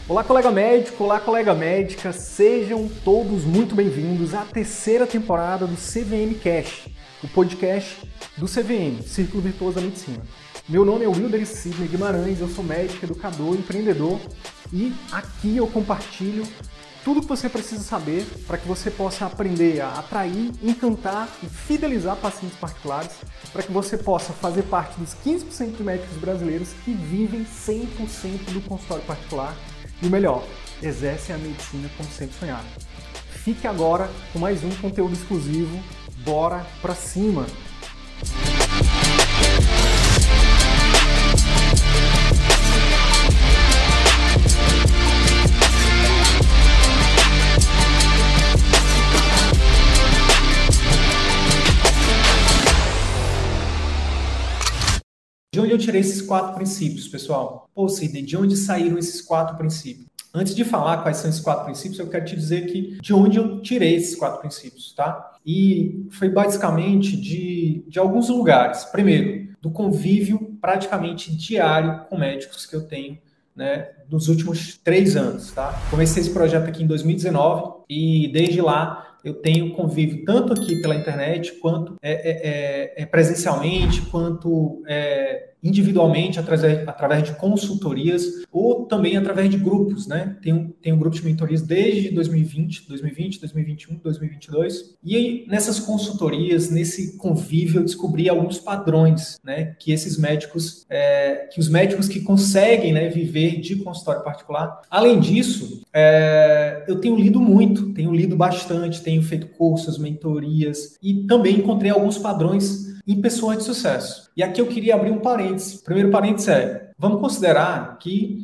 Olá, colega médico, olá, colega médica, sejam todos muito bem-vindos à terceira temporada do CVM Cast, o podcast do CVM, Círculo Virtuoso da Medicina. Meu nome é Wilder Sidney Guimarães, eu sou médico, educador, empreendedor e aqui eu compartilho tudo que você precisa saber para que você possa aprender a atrair, encantar e fidelizar pacientes particulares, para que você possa fazer parte dos 15% de médicos brasileiros que vivem 100% do consultório particular e o melhor, exercem a medicina como sempre sonharam. Fique agora com mais um conteúdo exclusivo, bora pra cima! De onde eu tirei esses 4 princípios, pessoal? Pô, Sidney, de onde saíram esses 4 princípios? Antes de falar quais são esses 4 princípios, eu quero te dizer que de onde eu tirei esses 4 princípios, tá? E foi basicamente de alguns lugares. Primeiro, do convívio praticamente diário com médicos que eu tenho, né, nos últimos 3 anos, tá? Comecei esse projeto aqui em 2019 e desde lá eu tenho convívio tanto aqui pela internet, quanto presencialmente, quanto individualmente, através de consultorias, ou também através de grupos, né? Tenho um grupo de mentorias desde 2020, 2021, 2022, e aí, nessas consultorias, nesse convívio, eu descobri alguns padrões, né? Que esses médicos, que os médicos que conseguem, né, viver de consultório particular. Além disso, eu tenho lido bastante, tenho feito cursos, mentorias, e também encontrei alguns padrões em pessoas de sucesso. E aqui eu queria abrir um parênteses. O primeiro parênteses vamos considerar que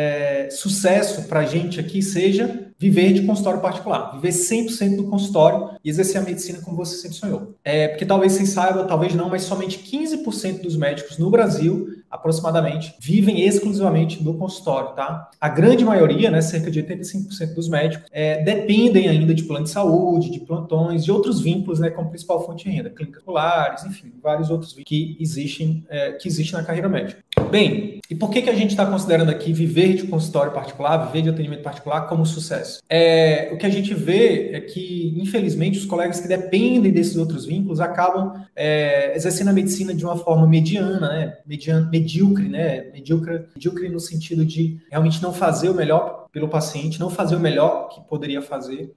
sucesso para a gente aqui seja viver de consultório particular, viver 100% do consultório e exercer a medicina como você sempre sonhou. Porque talvez vocês saibam, talvez não, mas somente 15% dos médicos no Brasil, aproximadamente, vivem exclusivamente do consultório, tá? A grande maioria, né, cerca de 85% dos médicos, dependem ainda de plano de saúde, de plantões, de outros vínculos, né, como principal fonte de renda, clínicas populares, enfim, vários outros vínculos que existem na carreira médica. Bem, e por que a gente está considerando aqui viver de consultório particular, viver de atendimento particular como sucesso? O que a gente vê é que, infelizmente, os colegas que dependem desses outros vínculos acabam exercendo a medicina de uma forma mediana, né? Medíocre, né? Medíocre no sentido de realmente não fazer o melhor pelo paciente, não fazer o melhor que poderia fazer.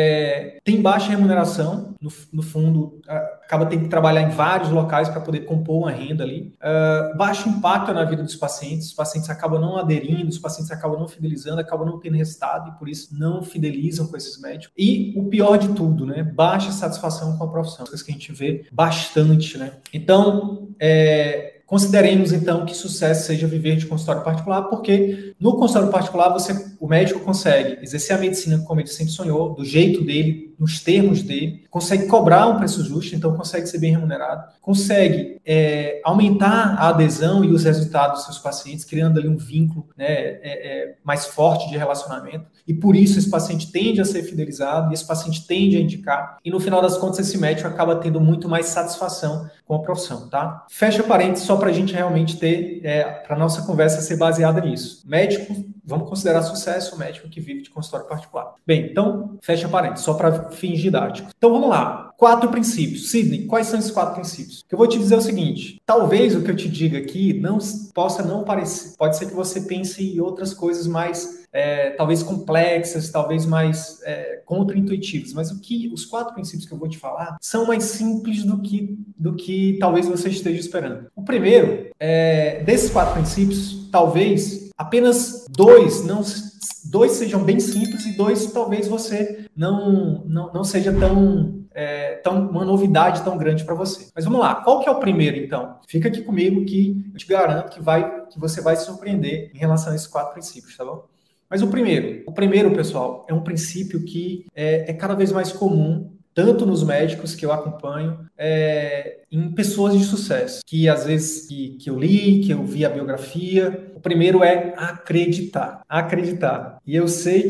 Tem baixa remuneração, no fundo, acaba tendo que trabalhar em vários locais para poder compor uma renda ali. Baixo impacto na vida dos pacientes, os pacientes acabam não aderindo, os pacientes acabam não fidelizando, acabam não tendo resultado e por isso não fidelizam com esses médicos. E o pior de tudo, né? Baixa satisfação com a profissão, coisas que a gente vê bastante, né? Então, consideremos, então, que sucesso seja viver de consultório particular, porque no consultório particular o médico consegue exercer a medicina como ele sempre sonhou, do jeito dele, nos termos dele, consegue cobrar um preço justo, então consegue ser bem remunerado, consegue aumentar a adesão e os resultados dos seus pacientes, criando ali um vínculo, né, mais forte de relacionamento, e por isso esse paciente tende a ser fidelizado, e esse paciente tende a indicar, e no final das contas esse médico acaba tendo muito mais satisfação com a profissão, tá? Fecha parênteses só para a gente realmente ter, para a nossa conversa ser baseada nisso. Médico, vamos considerar sucesso o médico que vive de consultório particular. Bem, então, fecha parênteses, só para fins didáticos. Então, vamos lá. 4 princípios. Sidney, quais são esses 4 princípios? O que eu vou te dizer é o seguinte, talvez o que eu te diga aqui possa não parecer, pode ser que você pense em outras coisas mais, talvez complexas, talvez mais contra-intuitivas, mas os 4 princípios que eu vou te falar são mais simples do que talvez você esteja esperando. O primeiro, desses 4 princípios, talvez apenas 2 sejam bem simples e 2 talvez você não seja tão uma novidade tão grande para você. Mas vamos lá, qual que é o primeiro então? Fica aqui comigo que eu te garanto que você vai se surpreender em relação a esses 4 princípios, tá bom? Mas o primeiro, pessoal, é um princípio que é cada vez mais comum, tanto nos médicos que eu acompanho, em pessoas de sucesso, que às vezes que eu li, que eu vi a biografia. O primeiro é acreditar. Acreditar. E eu sei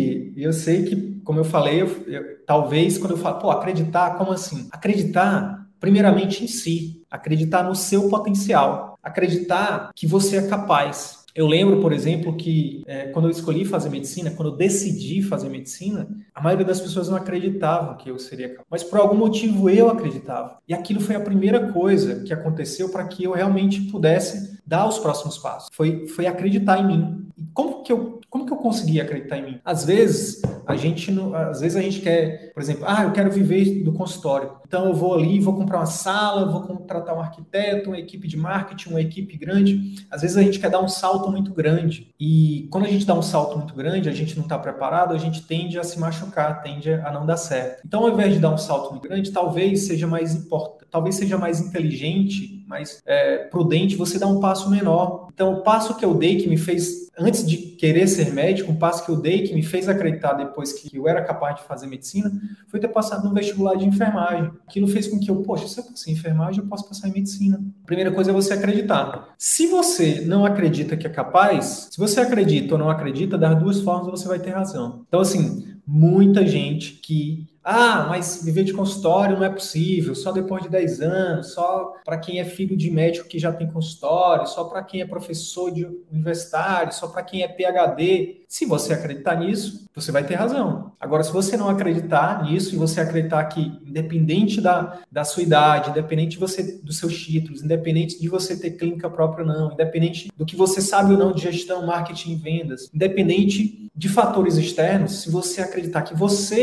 que como eu falei, talvez quando eu falo, acreditar, como assim? Acreditar primeiramente em si, acreditar no seu potencial, acreditar que você é capaz. Eu lembro, por exemplo, que quando eu escolhi fazer medicina, quando eu decidi fazer medicina, a maioria das pessoas não acreditavam que eu seria capaz. Mas por algum motivo eu acreditava. E aquilo foi a primeira coisa que aconteceu para que eu realmente pudesse dar os próximos passos. Foi acreditar em mim. E como que eu consegui acreditar em mim? Às vezes a gente quer, por exemplo, eu quero viver do consultório. Então eu vou ali, vou comprar uma sala, vou contratar um arquiteto, uma equipe de marketing, uma equipe grande. Às vezes a gente quer dar um salto muito grande. E quando a gente dá um salto muito grande, a gente não está preparado, a gente tende a se machucar, tende a não dar certo. Então, ao invés de dar um salto muito grande, talvez seja mais importante, talvez seja mais inteligente, mais prudente você dar um passo menor. Então, o passo que eu dei que me fez, antes de querer ser médico, um passo que eu dei que me fez acreditar depois que eu era capaz de fazer medicina, foi ter passado no vestibular de enfermagem. Aquilo fez com que se eu passei em enfermagem, eu posso passar em medicina. A primeira coisa é você acreditar. Se você não acredita que é capaz, se você acredita ou não acredita, das duas formas você vai ter razão. Então, assim, muita gente que mas viver de consultório não é possível, só depois de 10 anos, só para quem é filho de médico que já tem consultório, só para quem é professor de universitário, só para quem é PhD. Se você acreditar nisso, você vai ter razão. Agora, se você não acreditar nisso e você acreditar que, independente da sua idade, independente dos seus títulos, independente de você ter clínica própria ou não, independente do que você sabe ou não de gestão, marketing e vendas, independente de fatores externos, se você acreditar que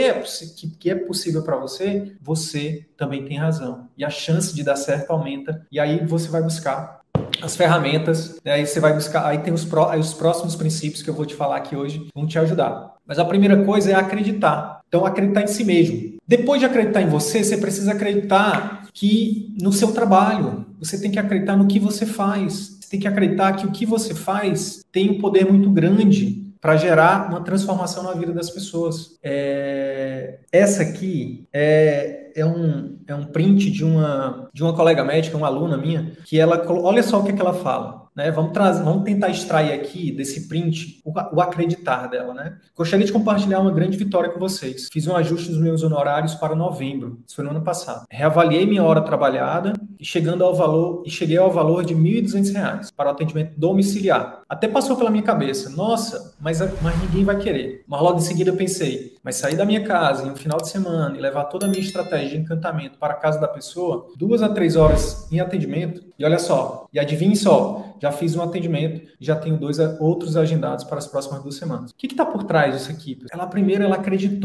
que é possível para você, você também tem razão. E a chance de dar certo aumenta. E aí você vai buscar as ferramentas, né? Aí você vai buscar, aí tem os próximos princípios que eu vou te falar aqui hoje, vão te ajudar. Mas a primeira coisa é acreditar. Então, acreditar em si mesmo. Depois de acreditar em você, você precisa acreditar que no seu trabalho, você tem que acreditar no que você faz. Você tem que acreditar que o que você faz tem um poder muito grande para gerar uma transformação na vida das pessoas. Essa aqui é um print de uma colega médica, uma aluna minha, que olha só o que ela fala. Né? Vamos tentar extrair aqui desse print o acreditar dela. Né? Gostaria de compartilhar uma grande vitória com vocês. Fiz um ajuste dos meus honorários para novembro. Isso foi no ano passado. Reavaliei minha hora trabalhada e cheguei ao valor de R$ 1.200 para o atendimento domiciliar. Até passou pela minha cabeça, nossa, mas ninguém vai querer. Mas logo em seguida eu pensei, mas sair da minha casa em um final de semana e levar toda a minha estratégia de encantamento para a casa da pessoa, 2 a 3 horas em atendimento, e olha só, e adivinhe só, já fiz um atendimento e já tenho 2 outros agendados para as próximas 2 semanas. O que está por trás disso aqui? Ela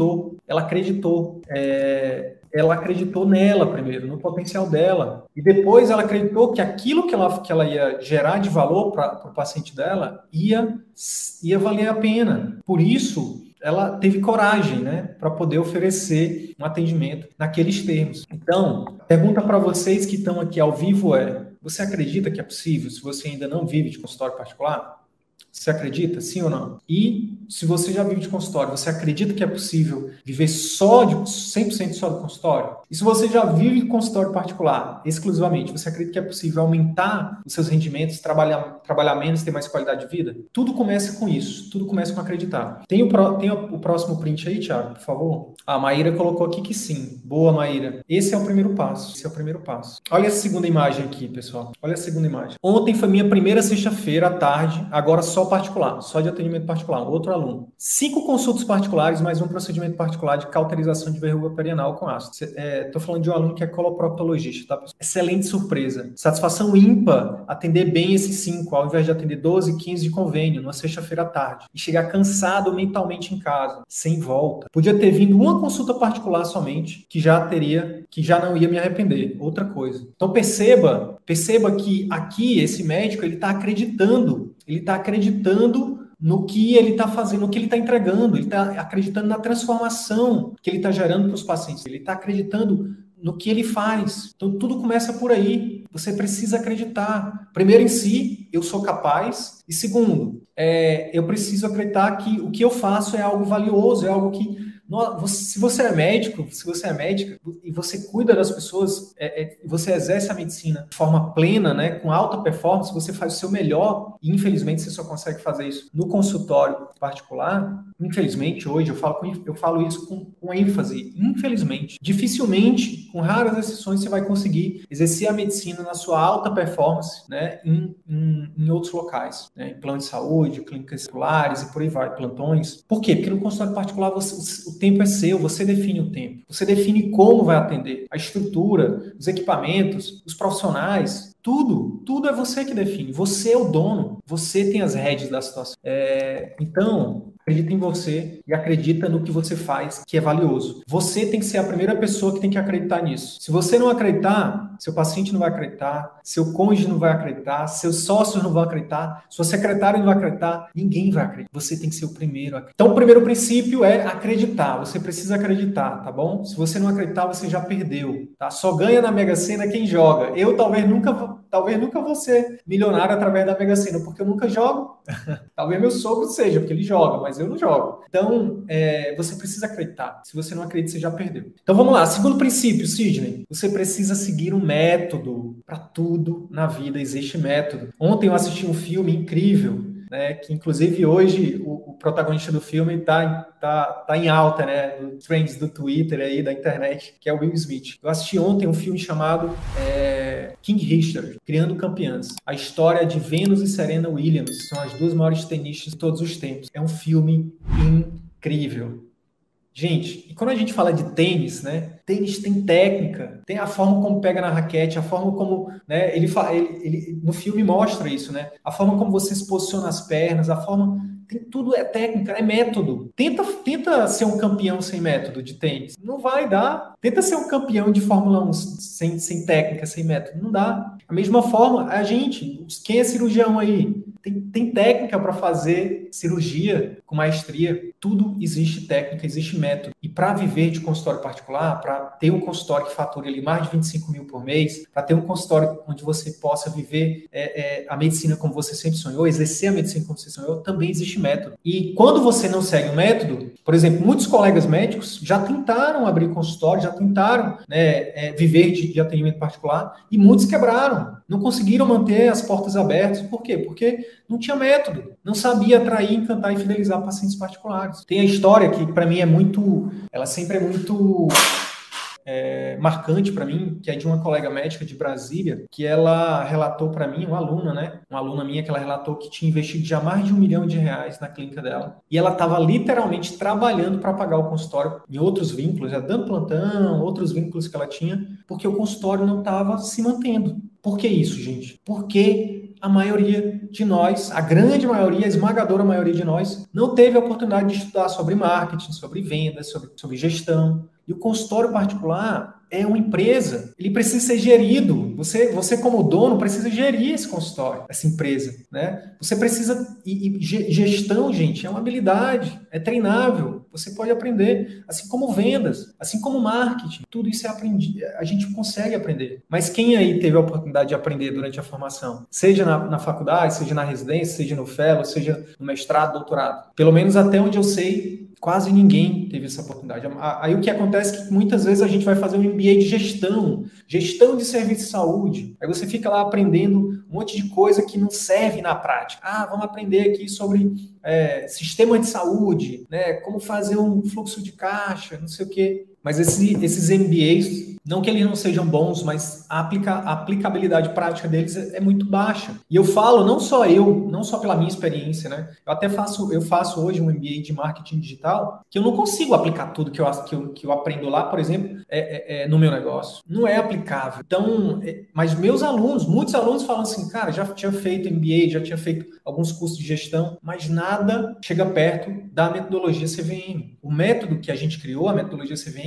acreditou nela primeiro, no potencial dela. E depois ela acreditou que aquilo que ela ia gerar de valor para o paciente dela ia valer a pena. Por isso, ela teve coragem, né, para poder oferecer um atendimento naqueles termos. Então, pergunta para vocês que estão aqui ao vivo você acredita que é possível, se você ainda não vive de consultório particular? Você acredita, sim ou não? E se você já vive de consultório, você acredita que é possível viver 100% só do consultório? E se você já vive de consultório particular, exclusivamente, você acredita que é possível aumentar os seus rendimentos, trabalhar menos, ter mais qualidade de vida? Tudo começa com isso, tudo começa com acreditar. Tem o próximo print aí, Thiago, por favor? A Maíra colocou aqui que sim. Boa, Maíra. Esse é o primeiro passo. Olha a segunda imagem aqui, pessoal. Olha a segunda imagem. Ontem foi minha primeira sexta-feira à tarde, agora só particular, só de atendimento particular, outro aluno. 5 consultas particulares, mais um procedimento particular de cauterização de verruga perianal com ácido. Estou falando de um aluno que é coloproctologista, tá, pessoal? Excelente surpresa. Satisfação ímpar atender bem esses 5, ao invés de atender 12, 15 de convênio, numa sexta-feira à tarde. E chegar cansado mentalmente em casa, sem volta. Podia ter vindo uma consulta particular somente, que já não ia me arrepender. Outra coisa. Então perceba que aqui esse médico, ele está acreditando no que ele está fazendo, no que ele está entregando, ele está acreditando na transformação que ele está gerando para os pacientes, ele está acreditando no que ele faz. Então, tudo começa por aí. Você precisa acreditar. Primeiro, em si, eu sou capaz. E segundo, eu preciso acreditar que o que eu faço é algo valioso, é algo que Se você é médico, se você é médica e você cuida das pessoas, você exerce a medicina de forma plena, né, com alta performance, você faz o seu melhor e infelizmente você só consegue fazer isso no consultório particular. Infelizmente hoje eu falo isso com ênfase. Infelizmente, dificilmente, com raras exceções, você vai conseguir exercer a medicina na sua alta performance, né, em outros locais, né, em plano de saúde, clínicas circulares e por aí vai, plantões. Por quê? Porque no consultório particular o tempo é seu, você define o tempo, você define como vai atender, a estrutura, os equipamentos, os profissionais, tudo é você que define, você é o dono, você tem as rédeas da situação. Então, acredita em você e acredita no que você faz, que é valioso. Você tem que ser a primeira pessoa que tem que acreditar nisso. Se você não acreditar, seu paciente não vai acreditar, seu cônjuge não vai acreditar, seus sócios não vão acreditar, sua secretária não vai acreditar, ninguém vai acreditar. Você tem que ser o primeiro a acreditar. Então, o primeiro princípio é acreditar. Você precisa acreditar, tá bom? Se você não acreditar, você já perdeu, tá? Só ganha na Mega Sena quem joga. Eu talvez nunca vou ser milionário através da Mega Sena, porque eu nunca jogo. Talvez meu sogro seja, porque ele joga, mas eu não jogo. Então, você precisa acreditar. Se você não acredita, você já perdeu. Então, vamos lá. Segundo princípio, Sidney. Você precisa seguir um método. Para tudo na vida existe método. Ontem eu assisti um filme incrível, né, que inclusive hoje o protagonista do filme tá em alta, né, nos trends do Twitter aí, da internet, que é o Will Smith. Eu assisti ontem um filme chamado King Richard, Criando Campeãs. A história de Venus e Serena Williams, são as duas maiores tenistas de todos os tempos. É um filme incrível. Gente, e quando a gente fala de tênis, né? Tênis tem técnica, tem a forma como pega na raquete, a forma como, né? Ele no filme mostra isso, né? A forma como você se posiciona as pernas, a forma, tudo é técnica, é método. Tenta ser um campeão sem método de tênis, não vai dar. Tenta ser um campeão de Fórmula 1 sem técnica, sem método, não dá. Da mesma forma, a gente, quem é cirurgião aí? Tem técnica para fazer cirurgia com maestria. Tudo existe técnica, existe método. E para viver de consultório particular, para ter um consultório que fature ali mais de 25 mil por mês, para ter um consultório onde você possa viver a medicina como você sempre sonhou, exercer a medicina como você sonhou, também existe método. E quando você não segue o método, por exemplo, muitos colegas médicos já tentaram abrir consultório, já tentaram, né, viver de atendimento particular e muitos quebraram. Não conseguiram manter as portas abertas. Por quê? Porque não tinha método. Não sabia atrair, encantar e fidelizar pacientes particulares. Tem a história que, para mim, ela sempre é muito marcante para mim, que é de uma colega médica de Brasília, que ela relatou para mim, uma aluna minha, que ela relatou que tinha investido já mais de R$1 milhão na clínica dela. E ela estava literalmente trabalhando para pagar o consultório em outros vínculos, dando plantão, outros vínculos que ela tinha, porque o consultório não estava se mantendo. Por que isso, gente? Porque a maioria de nós, a grande maioria, a esmagadora maioria de nós, não teve a oportunidade de estudar sobre marketing, sobre vendas, sobre gestão. E o consultório particular é uma empresa, ele precisa ser gerido. Você como dono, precisa gerir esse consultório, essa empresa, né? Você precisa... E gestão, gente, é uma habilidade, é treinável, você pode aprender, assim como vendas, assim como marketing, tudo isso é aprendido, a gente consegue aprender. Mas quem aí teve a oportunidade de aprender durante a formação? Seja na faculdade, seja na residência, seja no fellow, seja no mestrado, doutorado. Pelo menos até onde eu sei, quase ninguém teve essa oportunidade. Aí o que acontece é que muitas vezes a gente vai fazer um MBA de gestão de serviço de saúde. Aí você fica lá aprendendo um monte de coisa que não serve na prática. Vamos aprender aqui sobre sistema de saúde, né? Como fazer um fluxo de caixa, não sei o quê. Mas esses MBAs, não que eles não sejam bons, mas a aplicabilidade prática deles é muito baixa. E eu falo, não só pela minha experiência, né? Eu faço hoje um MBA de marketing digital, que eu não consigo aplicar tudo que eu aprendo lá, por exemplo, no meu negócio. Não é aplicável. Então, mas muitos alunos falam assim, cara, já tinha feito MBA, já tinha feito alguns cursos de gestão, mas nada chega perto da metodologia CVM. O método que a gente criou, a metodologia CVM,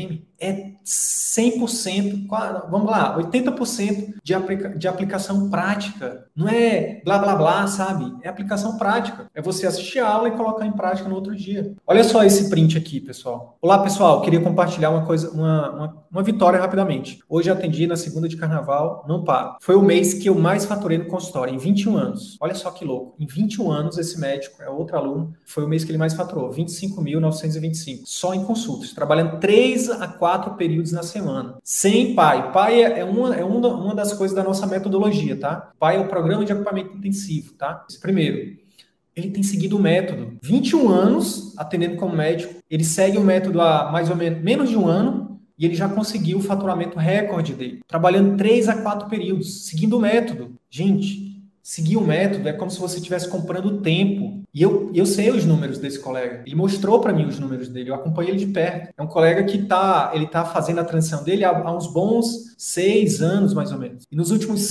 CVM é 100%, vamos lá, 80% de aplicação prática. Não é blá, blá, blá, sabe? É aplicação prática. É você assistir a aula e colocar em prática no outro dia. Olha só esse print aqui, pessoal. Olá, pessoal. Queria compartilhar uma vitória rapidamente. Hoje atendi na segunda de carnaval, não paro. Foi o mês que eu mais faturei no consultório, em 21 anos. Olha só que louco. Em 21 anos, esse médico, é outro aluno, foi o mês que ele mais faturou, 25.925. Só em consultas, trabalhando 3 a 4 períodos na semana. Sem PAI. PAI é uma das coisas da nossa metodologia, tá? PAI é o Programa de Acompanhamento Intensivo, tá? Primeiro, ele tem seguido o método. 21 anos atendendo como médico. Ele segue o método há mais ou menos de um ano e ele já conseguiu o faturamento recorde dele. Trabalhando 3 a 4 períodos, seguindo o método. Gente, seguir o método é como se você estivesse comprando tempo. E eu sei os números desse colega. Ele mostrou para mim os números dele. Eu acompanhei ele de perto. É um colega que ele tá fazendo a transição dele há uns bons 6 anos, mais ou menos. E no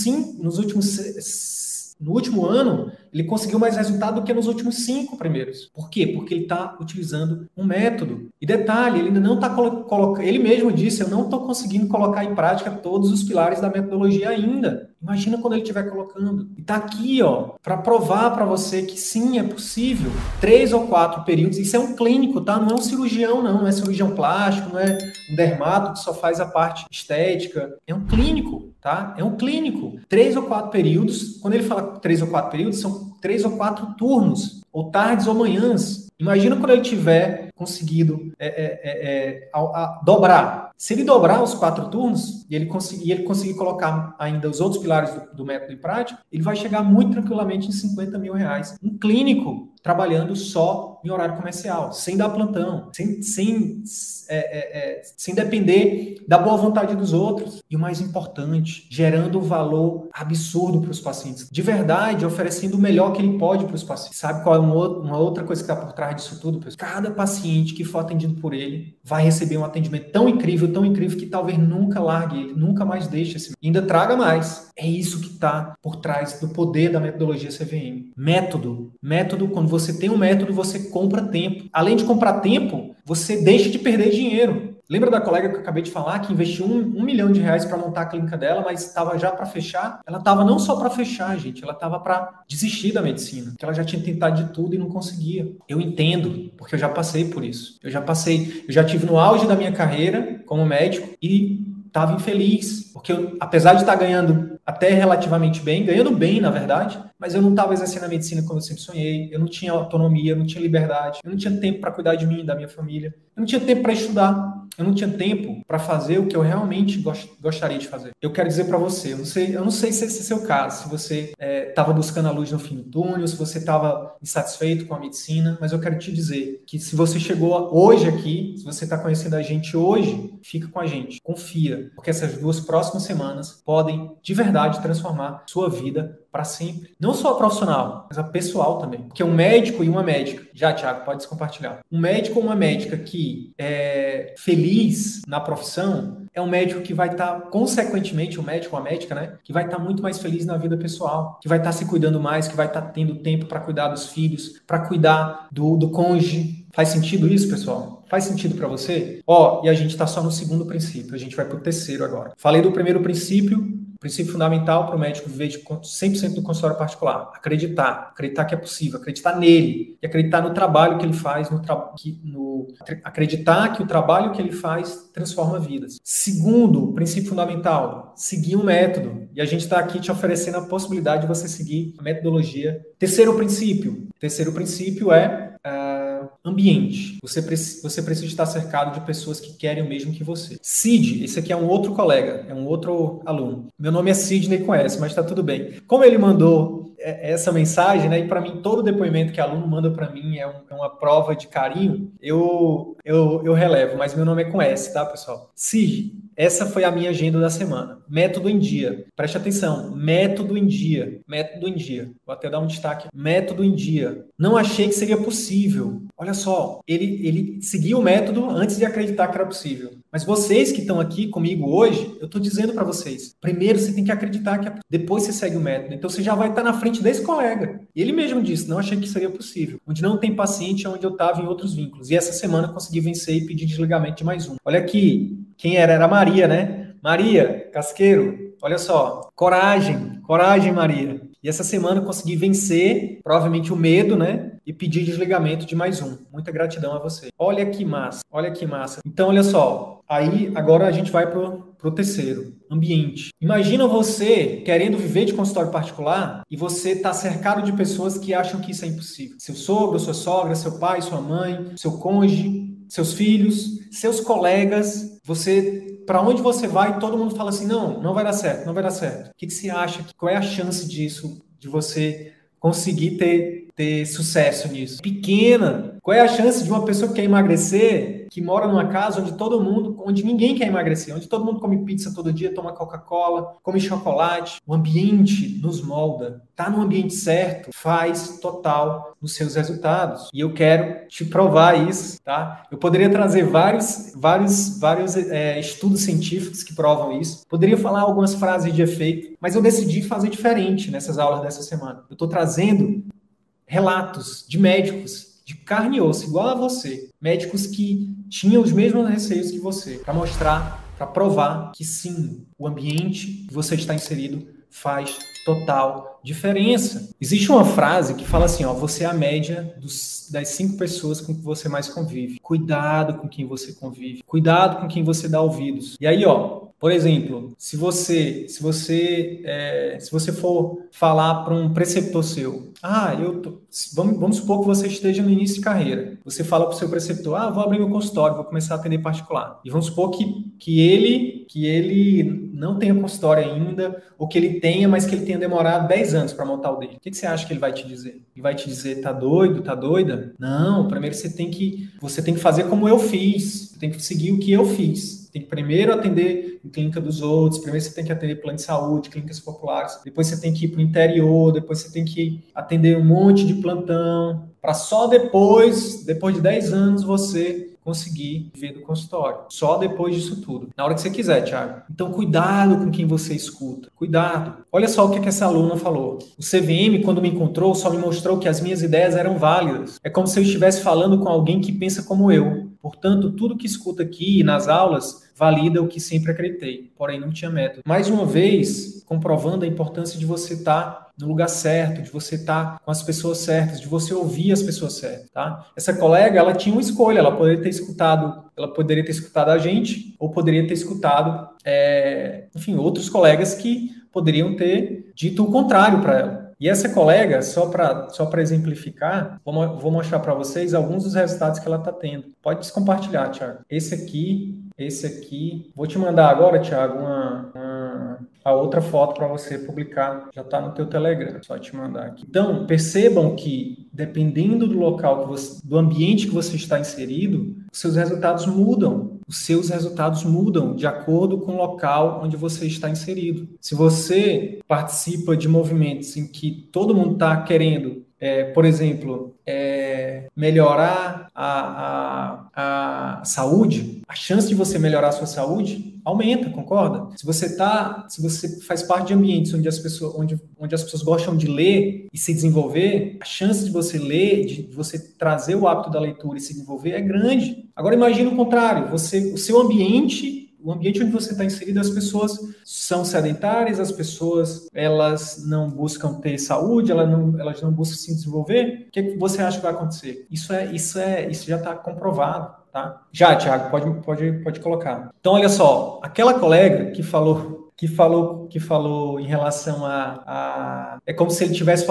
último ano, ele conseguiu mais resultado do que nos últimos 5 primeiros. Por quê? Porque ele está utilizando um método. E detalhe, ele ainda não está colocando... Ele mesmo disse, eu não estou conseguindo colocar em prática todos os pilares da metodologia ainda. Imagina quando ele estiver colocando. E está aqui, ó, para provar para você que sim, é possível. 3 ou 4 períodos. Isso é um clínico, tá? Não é um cirurgião, não. Não é cirurgião plástico, não é um dermato que só faz a parte estética. É um clínico, tá? É um clínico. 3 ou 4 períodos. Quando ele fala 3 ou 4 períodos, são 3 ou 4 turnos, ou tardes ou manhãs. Imagina quando ele tiver conseguido dobrar. Se ele dobrar os 4 turnos e ele conseguir colocar ainda os outros pilares do método em prática, ele vai chegar muito tranquilamente em R$50 mil. Um clínico trabalhando só em horário comercial, sem dar plantão, sem depender da boa vontade dos outros. E o mais importante, gerando valor absurdo para os pacientes. De verdade, oferecendo o melhor que ele pode para os pacientes. Sabe qual é uma outra coisa que está por trás disso tudo, pessoal? Cada paciente que for atendido por ele vai receber um atendimento tão incrível, que talvez nunca largue ele, nunca mais deixe esse. Ainda traga mais. É isso que está por trás do poder da metodologia CVM. Método, quando você tem um método, você compra tempo. Além de comprar tempo, você deixa de perder dinheiro. Lembra da colega que eu acabei de falar, que investiu R$1 milhão para montar a clínica dela, mas estava já para fechar? Ela estava não só para fechar, gente, ela estava para desistir da medicina, porque ela já tinha tentado de tudo e não conseguia. Eu entendo, porque eu já passei por isso. Eu já tive no auge da minha carreira como médico e estava infeliz, porque eu, apesar de estar ganhando até relativamente bem, ganhando bem, na verdade, mas eu não estava exercendo a medicina como eu sempre sonhei, eu não tinha autonomia, eu não tinha liberdade, eu não tinha tempo para cuidar de mim e da minha família, eu não tinha tempo para estudar, eu não tinha tempo para fazer o que eu realmente gostaria de fazer. Eu quero dizer para você, eu não sei se esse é o seu caso, se você estava buscando a luz no fim do túnel, se você estava insatisfeito com a medicina, mas eu quero te dizer que se você chegou hoje aqui, se você está conhecendo a gente hoje, fica com a gente, confia, porque essas 2 próximas semanas podem, de verdade, transformar sua vida para sempre. Não só a profissional, mas a pessoal também. Porque um médico e uma médica, já, Thiago, pode compartilhar. Um médico ou uma médica que é feliz na profissão é um médico que vai estar, consequentemente, um médico ou uma médica, né, que vai estar muito mais feliz na vida pessoal, que vai estar se cuidando mais, que vai estar tendo tempo para cuidar dos filhos, para cuidar do cônjuge. Faz sentido isso, pessoal? Faz sentido para você? E a gente está só no segundo princípio, a gente vai para o terceiro agora. Falei do primeiro princípio fundamental para o médico viver de 100% do consultório particular. Acreditar que é possível, acreditar nele e acreditar no trabalho que ele faz, acreditar que o trabalho que ele faz transforma vidas. Segundo princípio fundamental, seguir um método. E a gente está aqui te oferecendo a possibilidade de você seguir a metodologia. Terceiro princípio é ambiente. Você precisa estar cercado de pessoas que querem o mesmo que você. Cid, esse aqui é um outro colega, é um outro aluno. Meu nome é Sidney com S, mas está tudo bem. Como ele mandou essa mensagem, né, e para mim todo depoimento que aluno manda para mim é uma prova de carinho, eu relevo, mas meu nome é com S, tá, pessoal? Cid, essa foi a minha agenda da semana. Método em dia. Preste atenção. Método em dia. Vou até dar um destaque. Método em dia. Não achei que seria possível. Olha só. Ele seguiu o método antes de acreditar que era possível. Mas vocês que estão aqui comigo hoje, eu estou dizendo para vocês, primeiro você tem que acreditar que depois você segue o método. Então você já vai estar na frente desse colega. E ele mesmo disse, não achei que seria possível. Onde não tem paciente é onde eu estava em outros vínculos. E essa semana eu consegui vencer e pedir desligamento de mais um. Olha aqui, quem era? Era a Maria, né? Maria, Casqueiro, olha só. Coragem, Maria. E essa semana eu consegui vencer, provavelmente, o medo, né? E pedir desligamento de mais um. Muita gratidão a você. Olha que massa, olha que massa. Então, olha só. Aí, agora a gente vai pro terceiro, ambiente. Imagina você querendo viver de consultório particular e você tá cercado de pessoas que acham que isso é impossível. Seu sogro, sua sogra, seu pai, sua mãe, seu cônjuge, seus filhos, seus colegas. Para onde você vai, todo mundo fala assim, não vai dar certo, não vai dar certo. O que você acha? Qual é a chance disso, de você conseguir ter sucesso nisso? Pequena. Qual é a chance de uma pessoa que quer emagrecer, que mora numa casa onde ninguém quer emagrecer, onde todo mundo come pizza todo dia, toma Coca-Cola, come chocolate? O ambiente nos molda. Tá no ambiente certo, faz total nos seus resultados. E eu quero te provar isso, tá? Eu poderia trazer vários estudos científicos que provam isso. Poderia falar algumas frases de efeito, mas eu decidi fazer diferente nessas aulas dessa semana. Eu estou trazendo relatos de médicos de carne e osso, igual a você. Médicos que tinham os mesmos receios que você, para mostrar, para provar que sim, o ambiente que você está inserido faz total diferença. Existe uma frase que fala assim, você é a média das 5 pessoas com que você mais convive. Cuidado com quem você convive. Cuidado com quem você dá ouvidos. E aí, por exemplo, se você for falar para um preceptor seu, vamos supor que você esteja no início de carreira. Você fala para o seu preceptor, vou abrir meu consultório, vou começar a atender particular. E vamos supor que ele não tenha consultório ainda, ou que ele tenha, mas que ele tenha demorado 10 anos para montar o dele. O que você acha que ele vai te dizer? Ele vai te dizer, tá doido, tá doida? Não, primeiro você tem que fazer como eu fiz. Você tem que seguir o que eu fiz. Tem que primeiro atender em clínica dos outros, primeiro você tem que atender plano de saúde, clínicas populares, depois você tem que ir para o interior, depois você tem que atender um monte de plantão, para só depois de 10 anos, você conseguir viver do consultório. Só depois disso tudo. Na hora que você quiser, Thiago. Então, cuidado com quem você escuta. Cuidado. Olha só o que essa aluna falou. O CVM, quando me encontrou, só me mostrou que as minhas ideias eram válidas. É como se eu estivesse falando com alguém que pensa como eu. Portanto, tudo que escuta aqui nas aulas valida o que sempre acreditei, porém não tinha método. Mais uma vez, comprovando a importância de você estar no lugar certo, de você estar com as pessoas certas, de você ouvir as pessoas certas, tá? Essa colega, ela tinha uma escolha, ela poderia ter escutado a gente, ou poderia ter escutado, outros colegas que poderiam ter dito o contrário para ela. E essa colega, só para exemplificar, vou mostrar para vocês alguns dos resultados que ela está tendo. Pode compartilhar, Thiago. Esse aqui. Vou te mandar agora, Thiago, a outra foto para você publicar. Já está no teu Telegram, só te mandar aqui. Então, percebam que, dependendo do local, do ambiente que você está inserido, os seus resultados mudam. Os seus resultados mudam de acordo com o local onde você está inserido. Se você participa de movimentos em que todo mundo está querendo, por exemplo, melhorar a saúde, a chance de você melhorar a sua saúde aumenta, concorda? Se você faz parte de ambientes onde as pessoas gostam de ler e se desenvolver, a chance de você ler, de você trazer o hábito da leitura e se desenvolver é grande. Agora imagine o contrário, o seu ambiente, o ambiente onde você está inserido, as pessoas são sedentárias, as pessoas elas não buscam ter saúde, elas não buscam se desenvolver. O que você acha que vai acontecer? Isso já está comprovado, tá? Já, Thiago, pode colocar. Então, olha só, aquela colega que falou em relação é como se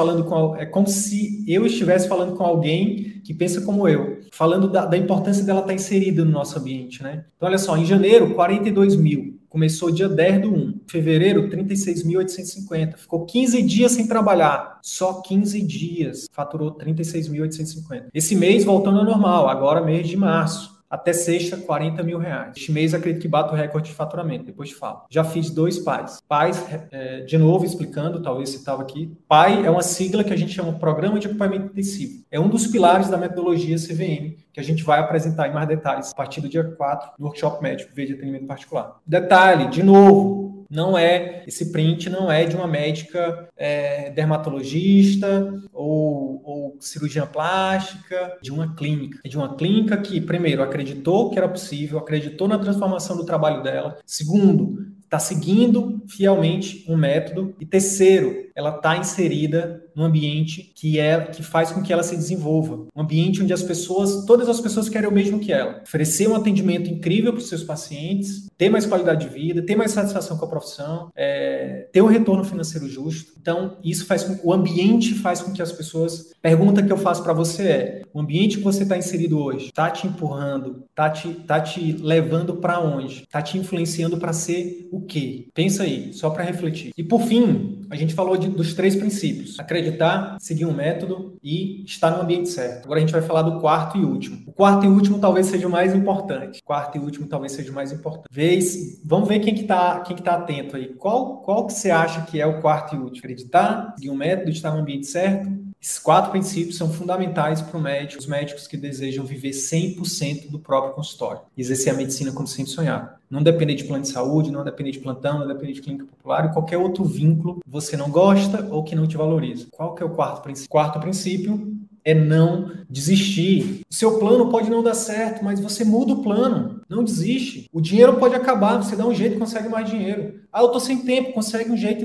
eu estivesse falando com alguém que pensa como eu, falando da importância dela estar inserida no nosso ambiente, né? Então, olha só, em janeiro, 42 mil. Começou dia 10/1. Em fevereiro, 36.850. Ficou 15 dias sem trabalhar. Só 15 dias. Faturou 36.850. Esse mês voltando ao normal. Agora mês de março. até sexta, R$ 40.000. Este mês acredito que bato o recorde de faturamento, depois te falo. Já fiz 2 PAIs. PAIs, de novo explicando, talvez você estava aqui. PAI é uma sigla que a gente chama Programa de Acompanhamento Intensivo. É um dos pilares da metodologia CVM, que a gente vai apresentar em mais detalhes a partir do dia 4 no workshop médico, via de atendimento particular. Detalhe, de novo, esse print não é de uma médica dermatologista ou cirurgiã plástica, de uma clínica. É de uma clínica que, primeiro, acreditou que era possível, acreditou na transformação do trabalho dela. Segundo, está seguindo fielmente um método. E terceiro, ela está inserida num ambiente que faz com que ela se desenvolva. Um ambiente onde todas as pessoas querem o mesmo que ela. Oferecer um atendimento incrível para os seus pacientes, ter mais qualidade de vida, ter mais satisfação com a profissão, ter um retorno financeiro justo. Então, o ambiente faz com que as pessoas... Pergunta que eu faço para você o ambiente que você está inserido hoje está te empurrando, está te levando para onde? Está te influenciando para ser o quê? Pensa aí, só para refletir. E por fim, a gente falou dos 3 princípios. Acreditar, seguir um método e estar no ambiente certo. Agora a gente vai falar do quarto e último. O quarto e último talvez seja o mais importante. Vamos ver quem que tá atento aí. Qual que você acha que é o quarto e último? Acreditar, seguir um método, estar no ambiente certo. Esses 4 princípios são fundamentais para os médicos que desejam viver 100% do próprio consultório. Exercer a medicina como sempre sonharam. Não depender de plano de saúde, não depender de plantão, não depender de clínica popular e qualquer outro vínculo que você não gosta ou que não te valoriza. Qual que é o quarto princípio? O quarto princípio é não desistir. O seu plano pode não dar certo, mas você muda o plano. Não desiste. O dinheiro pode acabar, você dá um jeito e consegue mais dinheiro. Eu tô sem tempo, consegue um jeito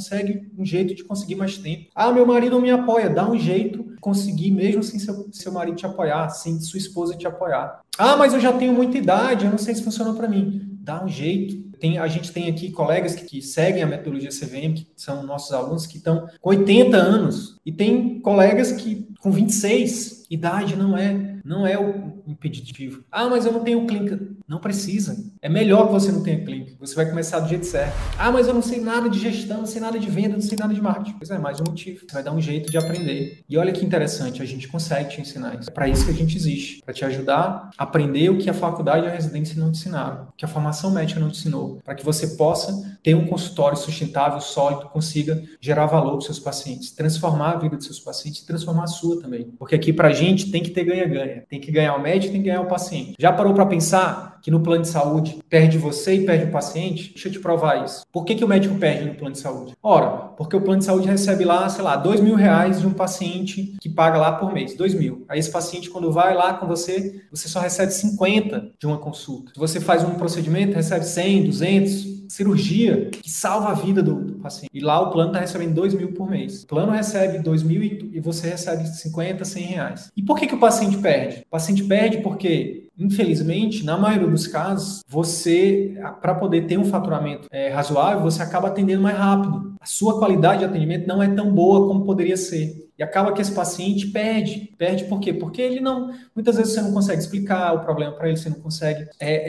de conseguir mais tempo. Meu marido não me apoia, dá um jeito de conseguir, mesmo sem seu marido te apoiar, sem sua esposa te apoiar. Mas eu já tenho muita idade, eu não sei se funciona para mim. Dá um jeito. A gente tem aqui colegas que seguem a metodologia CVM, que são nossos alunos, que estão com 80 anos. E tem colegas que com 26, idade não é o impeditivo. Mas eu não tenho clínica. Não precisa. É melhor que você não tenha clínica. Você vai começar do jeito certo. Mas eu não sei nada de gestão, não sei nada de venda, não sei nada de marketing. Pois é, mais um motivo. Você vai dar um jeito de aprender. E olha que interessante, a gente consegue te ensinar isso. É para isso que a gente existe. Para te ajudar a aprender o que a faculdade e a residência não te ensinaram. O que a formação médica não te ensinou. Para que você possa ter um consultório sustentável, sólido, consiga gerar valor para os seus pacientes, transformar a vida dos seus pacientes e transformar a sua também. Porque aqui para a gente tem que ter ganha-ganha. Tem que ganhar o médico, tem que ganhar o paciente. Já parou para pensar que no plano de saúde perde você e perde o paciente? Deixa eu te provar isso. Por que o médico perde no plano de saúde? Ora, porque o plano de saúde recebe lá, R$2.000 de um paciente que paga lá por mês, 2.000. Aí esse paciente, quando vai lá com você só recebe 50 de uma consulta. Se você faz um procedimento, recebe 100, 200, cirurgia que salva a vida do paciente. E lá o plano está recebendo 2.000 por mês. O plano recebe 2.000 e você recebe 50, R$100. E por que o paciente perde? O paciente perde porque, infelizmente, na maioria dos casos, você, para poder ter um faturamento razoável, você acaba atendendo mais rápido. A sua qualidade de atendimento não é tão boa como poderia ser. E acaba que esse paciente perde. Perde por quê? Porque ele muitas vezes você não consegue explicar o problema para ele, você não consegue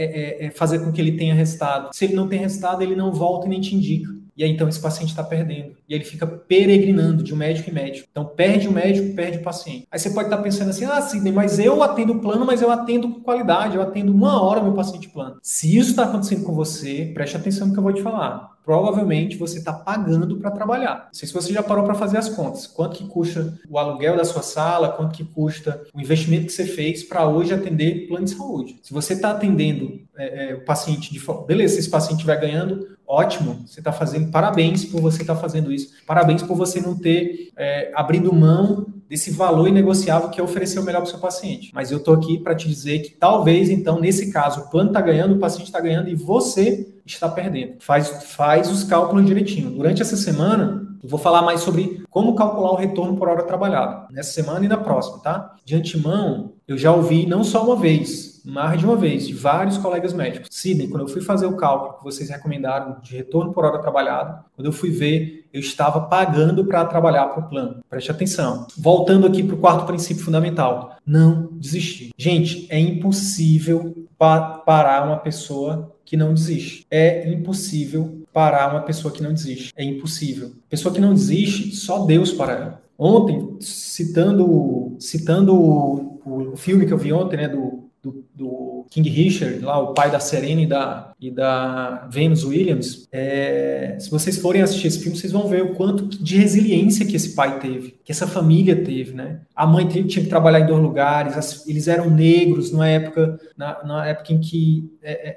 fazer com que ele tenha resultado. Se ele não tem resultado, ele não volta e nem te indica. E aí, então, esse paciente está perdendo. E ele fica peregrinando de um médico em médico. Então, perde o médico, perde o paciente. Aí você pode estar pensando assim, Sidney, mas eu atendo plano, mas eu atendo com qualidade. Eu atendo 1 hora meu paciente plano. Se isso está acontecendo com você, preste atenção no que eu vou te falar. Provavelmente você está pagando para trabalhar. Não sei se você já parou para fazer as contas. Quanto que custa o aluguel da sua sala, quanto que custa o investimento que você fez para hoje atender plano de saúde. Se você está atendendo o paciente de forma... Beleza, se esse paciente vai ganhando, ótimo, você está fazendo, parabéns por você estar fazendo isso. Parabéns por você não ter abrido mão desse valor inegociável que é oferecer o melhor para o seu paciente. Mas eu estou aqui para te dizer que talvez, então, nesse caso, o plano está ganhando, o paciente está ganhando e você está perdendo. Faz os cálculos direitinho. Durante essa semana, eu vou falar mais sobre como calcular o retorno por hora trabalhada. Nessa semana e na próxima, tá? De antemão, eu já ouvi não só uma vez, mais de uma vez, de vários colegas médicos. Sidney, quando eu fui fazer o cálculo que vocês recomendaram de retorno por hora trabalhada, quando eu fui ver, eu estava pagando para trabalhar para o plano. Preste atenção. Voltando aqui para o quarto princípio fundamental. Não desistir. Gente, é impossível parar uma pessoa que não desiste. É impossível parar uma pessoa que não desiste. É impossível. Pessoa que não desiste, só Deus para ela. Ontem, citando o filme que eu vi ontem, né, do do King Richard, lá, o pai da Serena e da Venus Williams, se vocês forem assistir esse filme, vocês vão ver o quanto de resiliência que esse pai teve, que essa família teve, né? A mãe tinha que trabalhar em 2 lugares, eles eram negros na época em que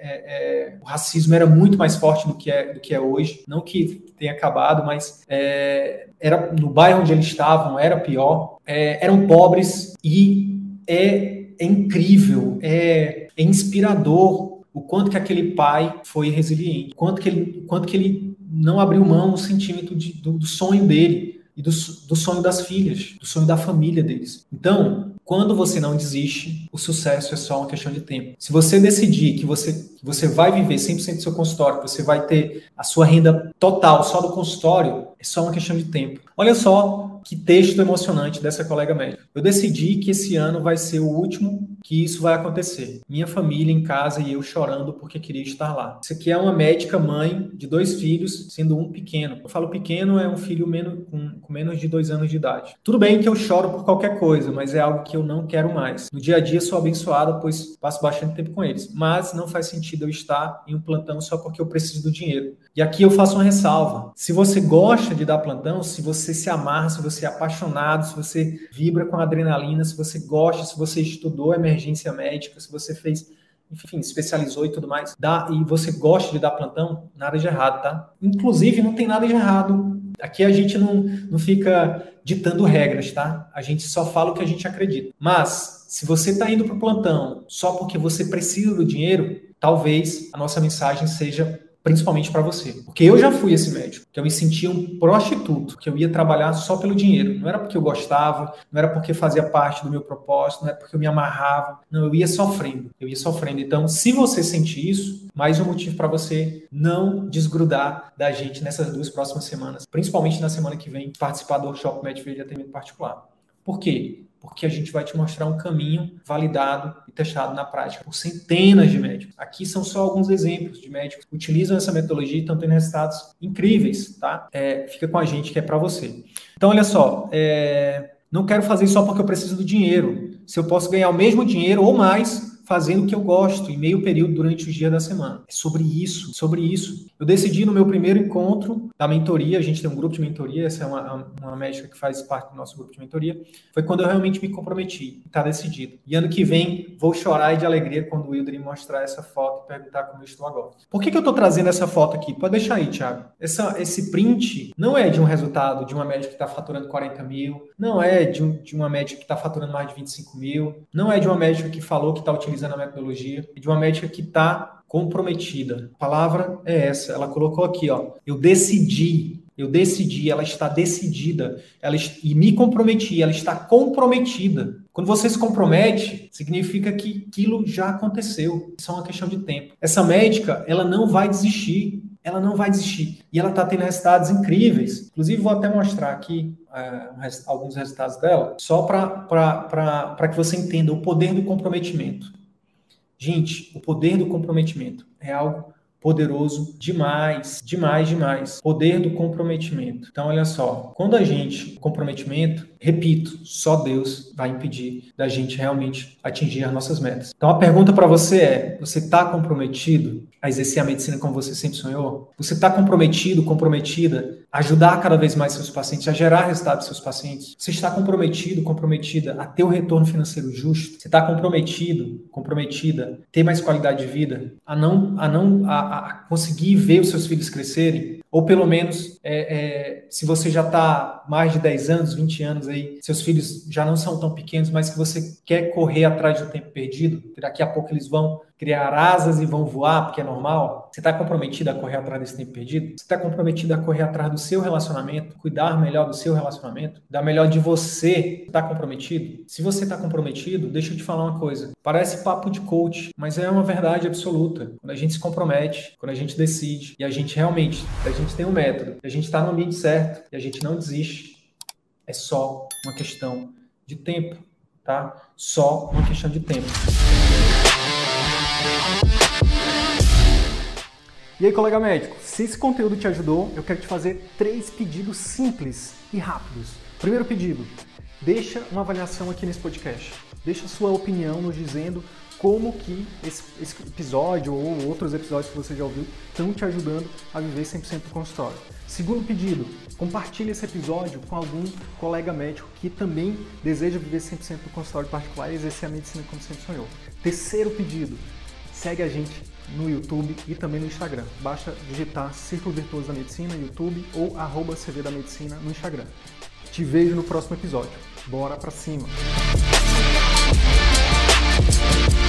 o racismo era muito mais forte do que é hoje. Não que tenha acabado, mas era no bairro onde eles estavam, era pior. Eram pobres e é incrível, é inspirador o quanto que aquele pai foi resiliente, o quanto que ele não abriu mão um centímetro do sonho dele e do sonho das filhas, do sonho da família deles. Então, quando você não desiste, o sucesso é só uma questão de tempo. Se você decidir que você vai viver 100% do seu consultório, que você vai ter a sua renda total só do consultório, é só uma questão de tempo. Olha só que texto emocionante dessa colega médica. Eu decidi que esse ano vai ser o último que isso vai acontecer. Minha família em casa e eu chorando porque queria estar lá. Isso aqui é uma médica mãe de 2 filhos, sendo um pequeno. Eu falo pequeno, é um filho com menos de 2 anos de idade. Tudo bem que eu choro por qualquer coisa, mas é algo que eu não quero mais. No dia a dia sou abençoado, pois passo bastante tempo com eles. Mas não faz sentido eu estar em um plantão só porque eu preciso do dinheiro. E aqui eu faço uma ressalva. Se você gosta de dar plantão, se você se amarra, se você é apaixonado, se você vibra com adrenalina, se você gosta, se você estudou emergência médica, se você fez, enfim, especializou e tudo mais, e você gosta de dar plantão, nada de errado, tá? Inclusive, não tem nada de errado. Aqui a gente não fica ditando regras, tá? A gente só fala o que a gente acredita. Mas, se você está indo para o plantão só porque você precisa do dinheiro, talvez a nossa mensagem seja principalmente para você. Porque eu já fui esse médico, que eu me sentia um prostituto, que eu ia trabalhar só pelo dinheiro. Não era porque eu gostava, não era porque fazia parte do meu propósito, não era porque eu me amarrava. Não, eu ia sofrendo. Então, se você sente isso, mais um motivo para você não desgrudar da gente nessas 2 próximas semanas, principalmente na semana que vem, participar do workshop Médico de Atendimento Particular. Por quê? Porque a gente vai te mostrar um caminho validado e testado na prática por centenas de médicos. Aqui são só alguns exemplos de médicos que utilizam essa metodologia e estão tendo resultados incríveis, tá? Fica com a gente que é para você. Então, olha só, não quero fazer só porque eu preciso do dinheiro. Se eu posso ganhar o mesmo dinheiro ou mais fazendo o que eu gosto, em meio período durante os dias da semana. É sobre isso. Eu decidi no meu primeiro encontro da mentoria, a gente tem um grupo de mentoria, essa é uma médica que faz parte do nosso grupo de mentoria, foi quando eu realmente me comprometi, está decidido. E ano que vem, vou chorar de alegria quando o Wilder me mostrar essa foto e perguntar como eu estou agora. Por que eu estou trazendo essa foto aqui? Pode deixar aí, Thiago. Esse print não é de um resultado de uma médica que está faturando 40 mil, não é de uma médica que está faturando mais de 25 mil, não é de uma médica que falou que está utilizando a metodologia, é de uma médica que está comprometida. A palavra é essa, ela colocou aqui, ó, eu decidi, ela está decidida, e me comprometi, ela está comprometida. Quando você se compromete, significa que aquilo já aconteceu, isso é uma questão de tempo. Essa médica, ela não vai desistir, e ela está tendo resultados incríveis. Inclusive, vou até mostrar aqui alguns resultados dela, só para que você entenda o poder do comprometimento. Gente, o poder do comprometimento é algo poderoso demais. Poder do comprometimento. Então, olha só, comprometimento, repito, só Deus vai impedir da gente realmente atingir as nossas metas. Então, a pergunta para você é, você está comprometido a exercer a medicina como você sempre sonhou? Você está comprometida a ajudar cada vez mais seus pacientes, a gerar resultados dos seus pacientes? Você está comprometida a ter o retorno financeiro justo? Você está comprometida a ter mais qualidade de vida? A conseguir ver os seus filhos crescerem? Ou pelo menos, se você já está mais de 10 anos, 20 anos aí, seus filhos já não são tão pequenos, mas que você quer correr atrás do tempo perdido, daqui a pouco eles vão criar asas e vão voar, porque é normal. Você está comprometido a correr atrás desse tempo perdido? Você está comprometido a correr atrás do seu relacionamento, cuidar melhor do seu relacionamento, dar melhor de você? Está comprometido? Se você está comprometido, deixa eu te falar uma coisa. Parece papo de coach, mas é uma verdade absoluta. Quando a gente se compromete, quando a gente decide, e a gente tem um método, e a gente está no ambiente certo, e a gente não desiste, é só uma questão de tempo, tá? Só uma questão de tempo. E aí, colega médico, se esse conteúdo te ajudou, eu quero te fazer 3 pedidos simples e rápidos. Primeiro pedido, deixa uma avaliação aqui nesse podcast. Deixa a sua opinião nos dizendo como que esse episódio ou outros episódios que você já ouviu estão te ajudando a viver 100% do consultório. Segundo pedido, compartilhe esse episódio com algum colega médico que também deseja viver 100% do consultório particular e exercer a medicina como sempre sonhou. Terceiro pedido, segue a gente no YouTube e também no Instagram. Basta digitar Círculo Virtuoso da Medicina no YouTube ou @CV da Medicina no Instagram. Te vejo no próximo episódio. Bora pra cima!